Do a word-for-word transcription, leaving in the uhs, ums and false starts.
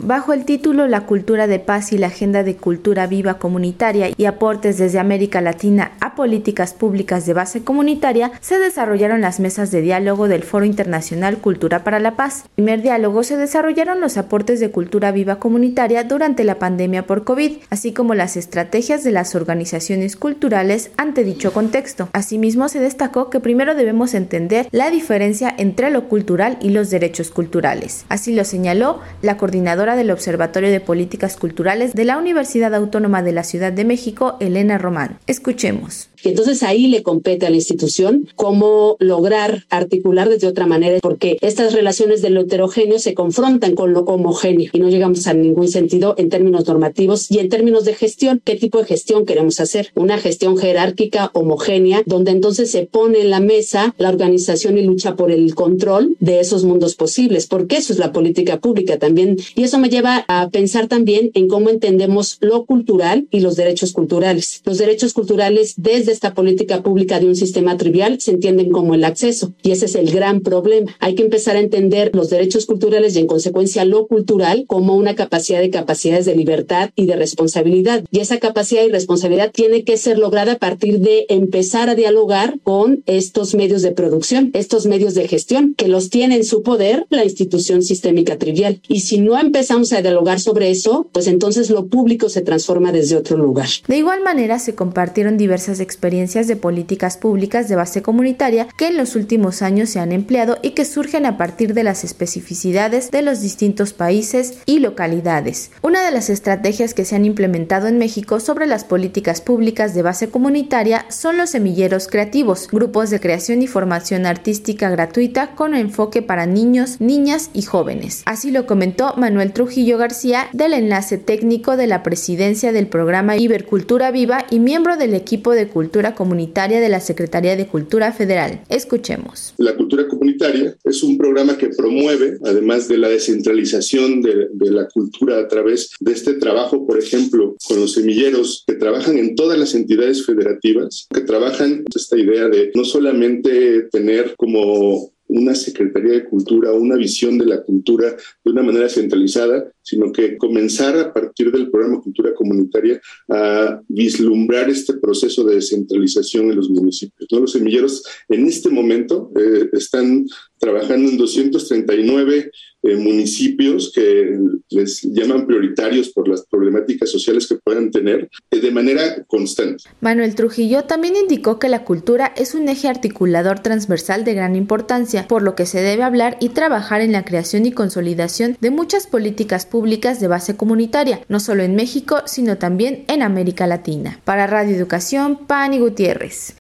Bajo el título La cultura de paz y la agenda de cultura viva comunitaria y aportes desde América Latina a políticas públicas de base comunitaria, se desarrollaron las mesas de diálogo del Foro Internacional Cultura para la Paz. En el primer diálogo se desarrollaron los aportes de cultura viva comunitaria durante la pandemia por COVID, así como las estrategias de las organizaciones culturales ante dicho contexto. Asimismo, se destacó que primero debemos entender la diferencia entre lo cultural y los derechos culturales. Así lo señaló la coordinadora del Observatorio de Políticas Culturales de la Universidad Autónoma de la Ciudad de México, Elena Román. Escuchemos. Y entonces ahí le compete a la institución cómo lograr articular desde otra manera, porque estas relaciones de lo heterogéneo se confrontan con lo homogéneo y no llegamos a ningún sentido en términos normativos y en términos de gestión. ¿Qué tipo de gestión queremos hacer? Una gestión jerárquica, homogénea, donde entonces se pone en la mesa la organización y lucha por el control de esos mundos posibles, porque eso es la política pública también. Y eso me lleva a pensar también en cómo entendemos lo cultural y los derechos culturales. Los derechos culturales desde esta política pública de un sistema trivial se entienden como el acceso, y ese es el gran problema. Hay que empezar a entender los derechos culturales y en consecuencia lo cultural como una capacidad de capacidades de libertad y de responsabilidad, y esa capacidad y responsabilidad tiene que ser lograda a partir de empezar a dialogar con estos medios de producción, estos medios de gestión que los tiene en su poder la institución sistémica trivial, y si no empezamos a dialogar sobre eso, pues entonces lo público se transforma desde otro lugar. De igual manera se compartieron diversas experiencias experiencias de políticas públicas de base comunitaria que en los últimos años se han empleado y que surgen a partir de las especificidades de los distintos países y localidades. Una de las estrategias que se han implementado en México sobre las políticas públicas de base comunitaria son los semilleros creativos, grupos de creación y formación artística gratuita con enfoque para niños, niñas y jóvenes. Así lo comentó Manuel Trujillo García, del enlace técnico de la presidencia del programa Ibercultura Viva y miembro del equipo de cultura comunitaria de la Secretaría de Cultura Federal. Escuchemos. La cultura comunitaria es un programa que promueve, además de la descentralización de, de la cultura a través de este trabajo, por ejemplo, con los semilleros que trabajan en todas las entidades federativas, que trabajan esta idea de no solamente tener como una Secretaría de Cultura, una visión de la cultura de una manera centralizada, sino que comenzar a partir del programa Cultura Comunitaria a vislumbrar este proceso de descentralización en los municipios, ¿no? Los semilleros en este momento eh, están trabajando en doscientos treinta y nueve eh, municipios que les llaman prioritarios por las problemáticas sociales que puedan tener eh, de manera constante. Manuel Trujillo también indicó que la cultura es un eje articulador transversal de gran importancia, por lo que se debe hablar y trabajar en la creación y consolidación de muchas políticas públicas de base comunitaria, no solo en México, sino también en América Latina. Para Radio Educación, Pani Gutiérrez.